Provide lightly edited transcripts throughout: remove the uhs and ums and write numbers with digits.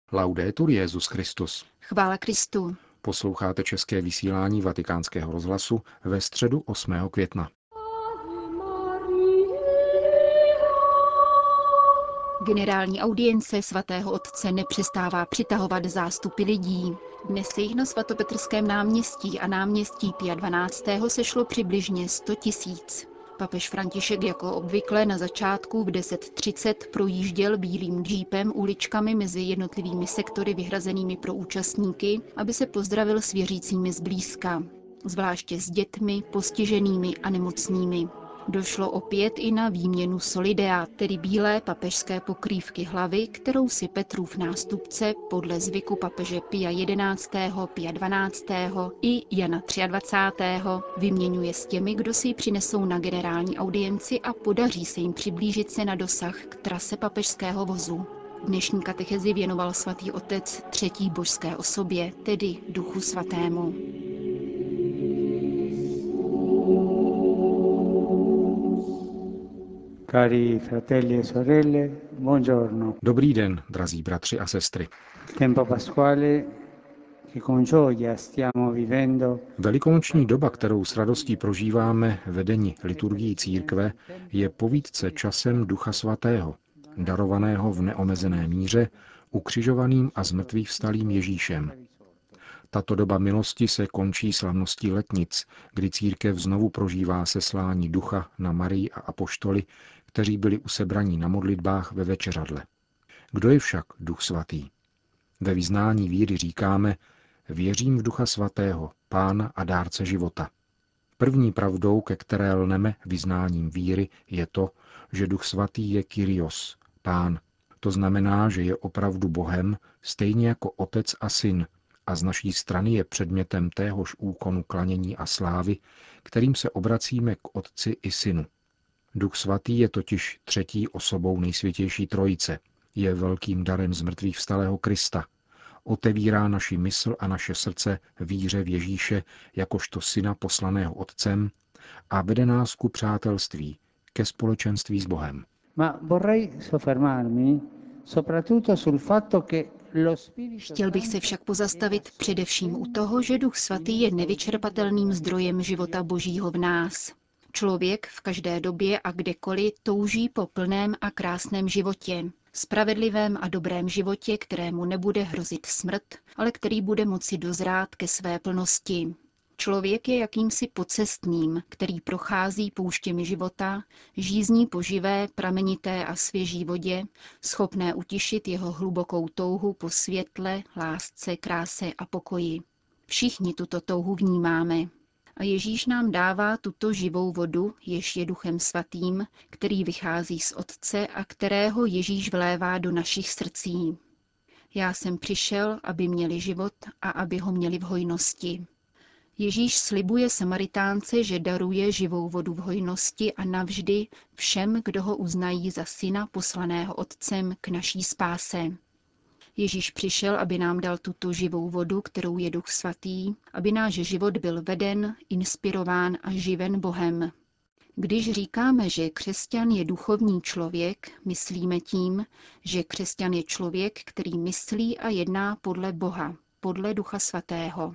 Laudetur Jesus Christus. Chvála Kristu. Posloucháte české vysílání Vatikánského rozhlasu ve středu 8. května. Generální audience svatého otce nepřestává přitahovat zástupy lidí. Dnes se jich na svatopetrském náměstí a náměstí Pia 12. sešlo přibližně 100 000. Papež František jako obvykle na začátku v 10:30 projížděl bílým džípem uličkami mezi jednotlivými sektory vyhrazenými pro účastníky, aby se pozdravil s věřícími zblízka, zvláště s dětmi, postiženými a nemocnými. Došlo opět i na výměnu solidea, tedy bílé papežské pokrývky hlavy, kterou si Petrův nástupce podle zvyku papeže Pia 11., Pia 12. i Jana 23. vyměňuje s těmi, kdo si ji přinesou na generální audienci a podaří se jim přiblížit se na dosah k trase papežského vozu. Dnešní katechezi věnoval svatý otec třetí božské osobě, tedy Duchu svatému. Cari fratelli e sorelle, buongiorno. Dobrý den, drazí bratři a sestry. Tempo pasquale che con gioia stiamo vivendo. Velikonoční doba, kterou s radostí prožíváme ve deni liturgii církve, je povídce časem Ducha svatého, darovaného v neomezené míře ukřižovaným a zmrtvýchvstalým Ježíšem. Tato doba milosti se končí slavností letnic, kdy církev znovu prožívá seslání Ducha na Marii a apoštoly, kteří byli usebraní na modlitbách ve večeřadle. Kdo je však Duch svatý? Ve vyznání víry říkáme: věřím v Ducha svatého, Pána a dárce života. První pravdou, ke které lneme vyznáním víry, je to, že Duch svatý je Kyrios, Pán. To znamená, že je opravdu Bohem, stejně jako Otec a Syn, a z naší strany je předmětem téhož úkonu klanění a slávy, kterým se obracíme k Otci i Synu. Duch svatý je totiž třetí osobou Nejsvětější Trojice, je velkým darem zmrtvýchvstalého Krista, otevírá naši mysl a naše srdce víře v Ježíše jakožto Syna poslaného Otcem a vede nás ku přátelství, ke společenství s Bohem. Ma vorrei soffermarmi soprattutto sul fatto che lo Spirito Chtěl bych se však pozastavit především u toho, že Duch svatý je nevyčerpatelným zdrojem života Božího v nás. Člověk v každé době a kdekoliv touží po plném a krásném životě, spravedlivém a dobrém životě, kterému nebude hrozit smrt, ale který bude moci dozrát ke své plnosti. Člověk je jakýmsi pocestným, který prochází pouštěmi života, žízní po živé, pramenité a svěží vodě, schopné utišit jeho hlubokou touhu po světle, lásce, kráse a pokoji. Všichni tuto touhu vnímáme. A Ježíš nám dává tuto živou vodu, jež je Duchem svatým, který vychází z Otce a kterého Ježíš vlévá do našich srdcí. Já jsem přišel, aby měli život a aby ho měli v hojnosti. Ježíš slibuje Samaritánce, že daruje živou vodu v hojnosti a navždy všem, kdo ho uznají za syna poslaného Otcem k naší spáse. Ježíš přišel, aby nám dal tuto živou vodu, kterou je Duch svatý, aby náš život byl veden, inspirován a živen Bohem. Když říkáme, že křesťan je duchovní člověk, myslíme tím, že křesťan je člověk, který myslí a jedná podle Boha, podle Ducha svatého.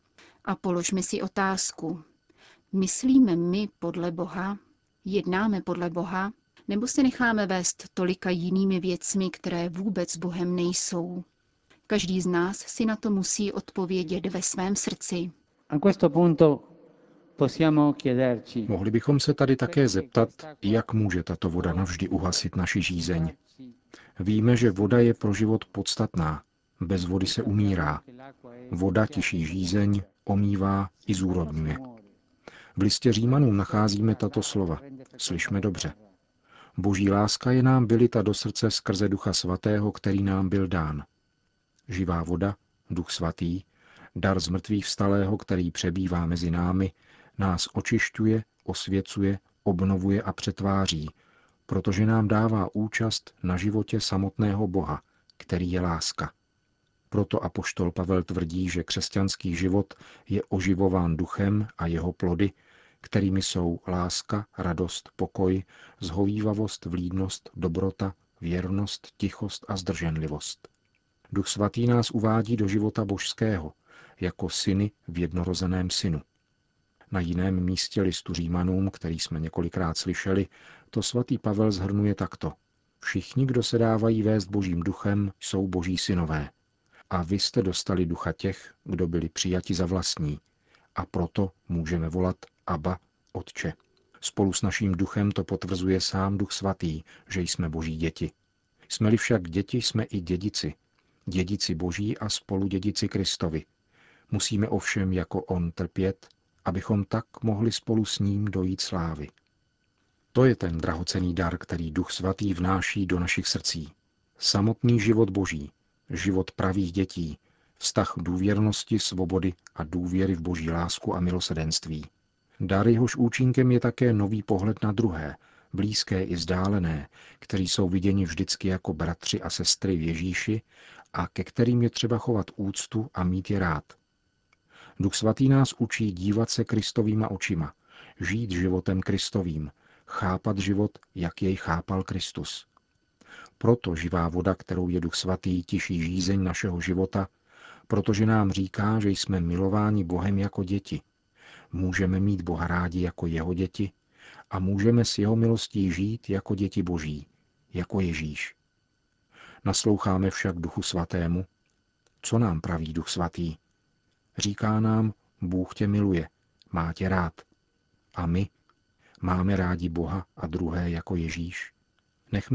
A položme si otázku. Myslíme my podle Boha? Jednáme podle Boha? Nebo se necháme vést tolika jinými věcmi, které vůbec Bohem nejsou? Každý z nás si na to musí odpovědět ve svém srdci. A questo punto possiamo chiederci. Mohli bychom se tady také zeptat, jak může tato voda navždy uhasit naši žízeň. Víme, že voda je pro život podstatná. Bez vody se umírá. Voda tiší žízeň, omývá i zúrodňuje. V listě Římanům nacházíme tato slova. Slyšme dobře. Boží láska je nám vylita do srdce skrze Ducha svatého, který nám byl dán. Živá voda, Duch svatý, dar zmrtvýchvstalého, který přebývá mezi námi, nás očišťuje, osvěcuje, obnovuje a přetváří, protože nám dává účast na životě samotného Boha, který je láska. Proto apoštol Pavel tvrdí, že křesťanský život je oživován duchem a jeho plody, kterými jsou láska, radost, pokoj, zhovívavost, vlídnost, dobrota, věrnost, tichost a zdrženlivost. Duch svatý nás uvádí do života božského, jako syny v jednorozeném synu. Na jiném místě listu Římanům, který jsme několikrát slyšeli, to svatý Pavel shrnuje takto. Všichni, kdo se dávají vést Božím duchem, jsou Boží synové. A vy jste dostali ducha těch, kdo byli přijati za vlastní. A proto můžeme volat Abba, Otče. Spolu s naším duchem to potvrzuje sám Duch svatý, že jsme Boží děti. Jsme-li však děti, jsme i dědici. Dědici Boží a spoludědici Kristovi. Musíme ovšem jako on trpět, abychom tak mohli spolu s ním dojít slávy. To je ten drahocenný dar, který Duch svatý vnáší do našich srdcí. Samotný život Boží, život pravých dětí, vztah důvěrnosti, svobody a důvěry v Boží lásku a milosedenství. Dar jehož účinkem je také nový pohled na druhé, blízké i vzdálené, kteří jsou viděni vždycky jako bratři a sestry v Ježíši a ke kterým je třeba chovat úctu a mít je rád. Duch svatý nás učí dívat se Kristovýma očima, žít životem Kristovým, chápat život, jak jej chápal Kristus. Proto živá voda, kterou je Duch svatý, tiší žízeň našeho života, protože nám říká, že jsme milováni Bohem jako děti. Můžeme mít Boha rádi jako jeho děti a můžeme s jeho milostí žít jako děti Boží, jako Ježíš. Nasloucháme však Duchu svatému. Co nám praví Duch svatý? Říká nám, Bůh tě miluje, má tě rád. A my máme rádi Boha a druhé jako Ježíš? Nechme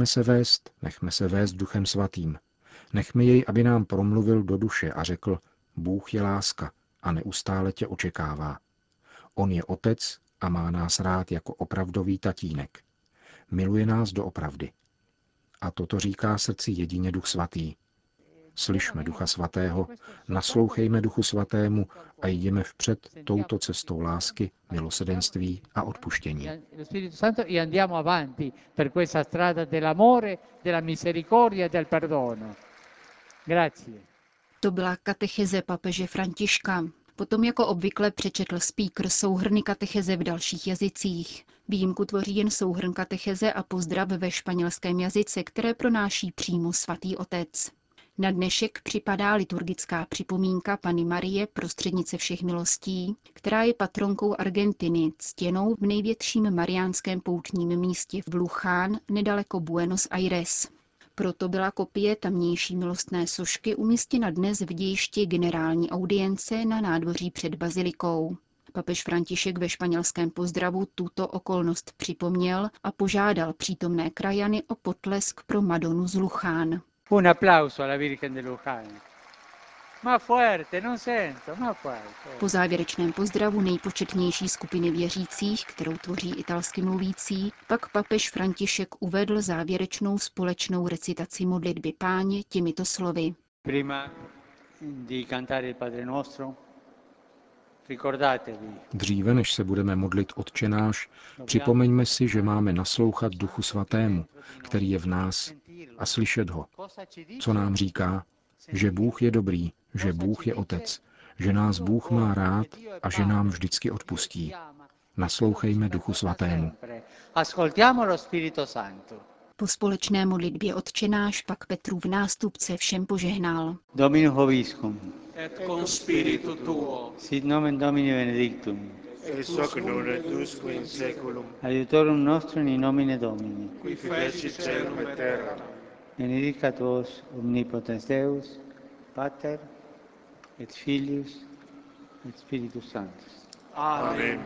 se vést Duchem svatým. Nechme jej, aby nám promluvil do duše a řekl, Bůh je láska a neustále tě očekává. On je otec a má nás rád jako opravdový tatínek. Miluje nás doopravdy. A toto říká srdci jedině Duch svatý. Slyšme Ducha svatého, naslouchejme Duchu svatému a jdeme vpřed touto cestou lásky, milosedenství a odpuštění. To byla katecheze papeže Františka. Potom jako obvykle přečetl speaker souhrny katecheze v dalších jazycích. Výjimku tvoří jen souhrn katecheze a pozdrav ve španělském jazyce, které pronáší přímo svatý otec. Na dnešek připadá liturgická připomínka Panny Marie, prostřednice všech milostí, která je patronkou Argentiny, ctěnou v největším mariánském poutním místě v Luján, nedaleko Buenos Aires. Proto byla kopie tamnější milostné sošky umístěna dnes v dějišti generální audience na nádvoří před bazilikou. Papež František ve španělském pozdravu tuto okolnost připomněl a požádal přítomné krajany o potlesk pro Madonu z Luján. Un applauso alla Virgen de Luján. Más fuerte, no sento, más fuerte. Po závěrečném pozdravu nejpočetnější skupiny věřících, kterou tvoří italsky mluvící, pak papež František uvedl závěrečnou společnou recitaci modlitby Páně těmito slovy. Prima di cantare il Padre Nostro, ricordatevi. Dříve, než se budeme modlit Otčenáš, připomeňme si, že máme naslouchat Duchu svatému, který je v nás, a slyšet ho. Co nám říká? Že Bůh je dobrý, že Bůh je Otec, že nás Bůh má rád a že nám vždycky odpustí. Naslouchejme Duchu svatému. Ascoltiamo lo Spirito Santo. Po společné modlitbě Otčenáš pak Petrův nástupce všem požehnal. Dominus vobiscum. Et cum spiritu tuo, Sit nomen Domini benedictum. ex hoc nunc et usque in saeculum, Aiutorium nostrum in nomine Domini. qui feci caelum et terra. Benedicat vos omnipotens Deus, Pater et Filius et Spiritus Sanctus. Amen.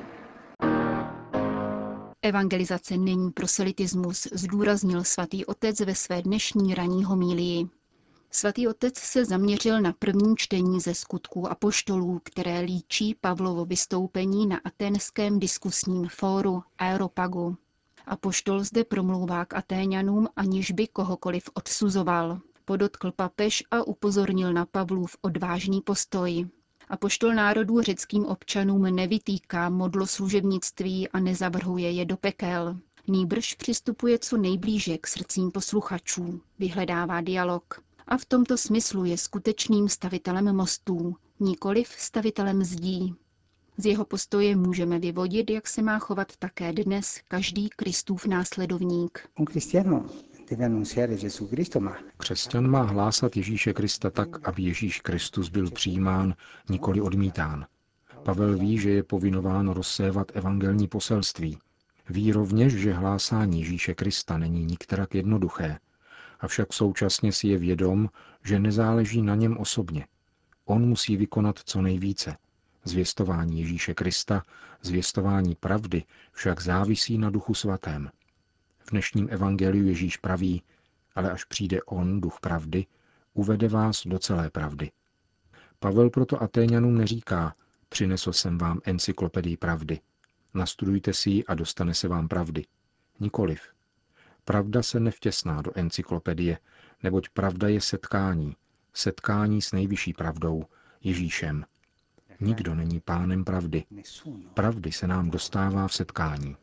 Evangelizace není proselitismus, zdůraznil svatý otec ve své dnešní ranní homílii. Svatý otec se zaměřil na první čtení ze Skutků apoštolů, které líčí Pavlovo vystoupení na athénském diskusním fóru Areopagu. Apoštol zde promlouvá k Atéňanům, aniž by kohokoliv odsuzoval. Podotkl papež a upozornil na Pavlův odvážný postoj. Apoštol národů řeckým občanům nevytýká modloslužebnictví a nezavrhuje je do pekel. Nýbrž přistupuje co nejblíže k srdcím posluchačů, vyhledává dialog. A v tomto smyslu je skutečným stavitelem mostů, nikoliv stavitelem zdí. Z jeho postoje můžeme vyvodit, jak se má chovat také dnes každý Kristův následovník. Un cristiano Křesťan má hlásat Ježíše Krista tak, aby Ježíš Kristus byl přijímán, nikoli odmítán. Pavel ví, že je povinován rozsévat evangelní poselství. Ví rovněž, že hlásání Ježíše Krista není nikterak jednoduché, avšak současně si je vědom, že nezáleží na něm osobně. On musí vykonat co nejvíce. Zvěstování Ježíše Krista, zvěstování pravdy však závisí na Duchu Svatém. V dnešním evangeliu Ježíš praví, ale až přijde on, Duch pravdy, uvede vás do celé pravdy. Pavel proto Atéňanům neříká, přinesl jsem vám encyklopedii pravdy. Nastudujte si ji a dostane se vám pravdy. Nikoliv. Pravda se nevtěsná do encyklopedie, neboť pravda je setkání s nejvyšší pravdou, Ježíšem. Nikdo není pánem pravdy. Pravdy se nám dostává v setkání.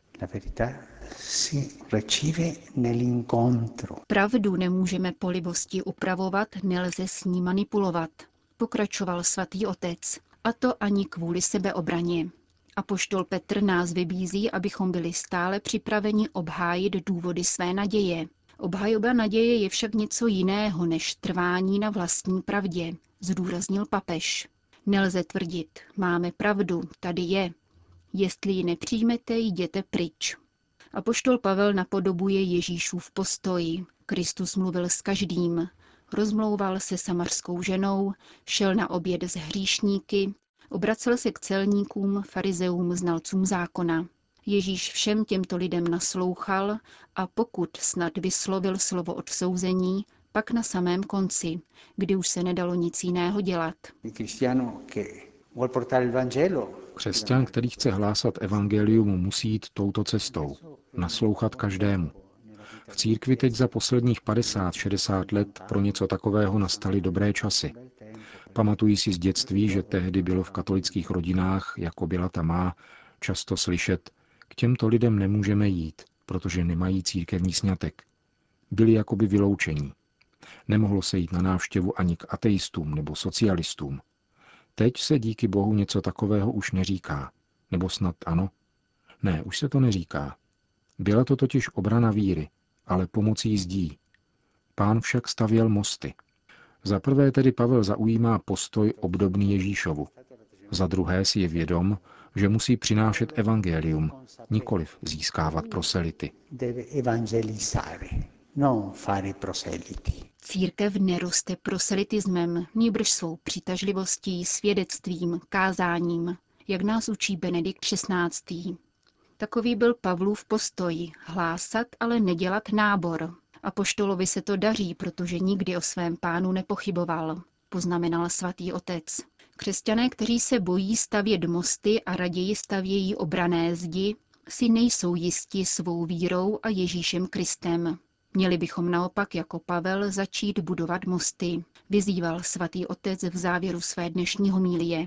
Pravdu nemůžeme po libosti upravovat, nelze s ní manipulovat, pokračoval svatý otec, a to ani kvůli sebeobraně. Apoštol Petr nás vybízí, abychom byli stále připraveni obhájit důvody své naděje. Obhajoba naděje je však něco jiného než trvání na vlastní pravdě, zdůraznil papež. Nelze tvrdit, máme pravdu, tady je. Jestli ji nepřijmete, jděte pryč. Apoštol Pavel napodobuje Ježíšův postoj. Kristus mluvil s každým, rozmlouval se samařskou ženou, šel na oběd s hříšníky, obracel se k celníkům, farizeům, znalcům zákona. Ježíš všem těmto lidem naslouchal a pokud snad vyslovil slovo odsouzení, pak na samém konci, kdy už se nedalo nic jiného dělat. Křesťan, který chce hlásat evangelium, musí jít touto cestou, naslouchat každému. V církvi teď za posledních 50-60 let pro něco takového nastaly dobré časy. Pamatuji si z dětství, že tehdy bylo v katolických rodinách, jako byla ta má, často slyšet, k těmto lidem nemůžeme jít, protože nemají církevní sňatek. Byli jakoby vyloučení. Nemohlo se jít na návštěvu ani k ateistům nebo socialistům. Teď se díky Bohu něco takového už neříká. Nebo snad ano? Ne, už se to neříká. Byla to totiž obrana víry, ale pomocí zdí. Pán však stavěl mosty. Za prvé tedy Pavel zaujímá postoj obdobný Ježíšovu. Za druhé si je vědom, že musí přinášet evangelium, nikoliv získávat proselity. Církev neroste proselitismem, nýbrž svou přitažlivostí, svědectvím, kázáním, jak nás učí Benedikt XVI. Takový byl Pavlův postoj, hlásat, ale nedělat nábor. Apoštolovi se to daří, protože nikdy o svém pánu nepochyboval, poznamenal svatý otec. Křesťané, kteří se bojí stavět mosty a raději stavějí obranné zdi, si nejsou jisti svou vírou a Ježíšem Kristem. Měli bychom naopak jako Pavel začít budovat mosty, vyzýval svatý otec v závěru své dnešní homilie.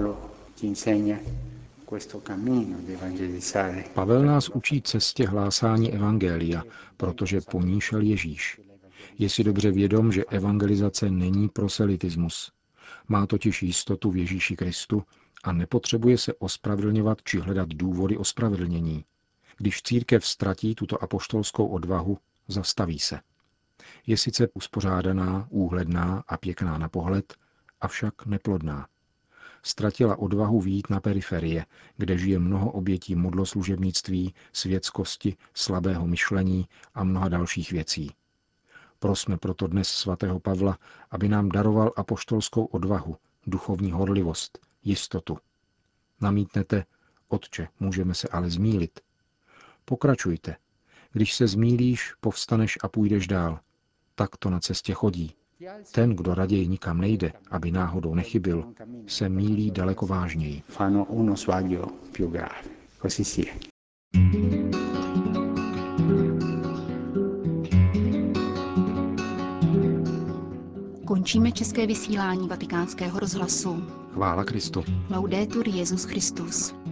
Pavel nás učí cestě hlásání evangelia, protože po ní šel Ježíš. Je si dobře vědom, že evangelizace není proselitismus. Má totiž jistotu v Ježíši Kristu a nepotřebuje se ospravedlňovat či hledat důvody ospravedlnění. Když církev ztratí tuto apoštolskou odvahu, zastaví se. Je sice uspořádaná, úhledná a pěkná na pohled, avšak neplodná. Ztratila odvahu vyjít na periferie, kde žije mnoho obětí modloslužebnictví, světskosti, slabého myšlení a mnoha dalších věcí. Prosme proto dnes svatého Pavla, aby nám daroval apoštolskou odvahu, duchovní horlivost, jistotu. Namítnete, Otče, můžeme se ale zmýlit. Pokračujte. Když se zmýlíš, povstaneš a půjdeš dál. Tak to na cestě chodí. Ten, kdo raději nikam nejde, aby náhodou nechybil, se mýlí daleko vážněji. Končíme české vysílání Vatikánského rozhlasu. Chvála Kristu. Laudetur Jesus Christus.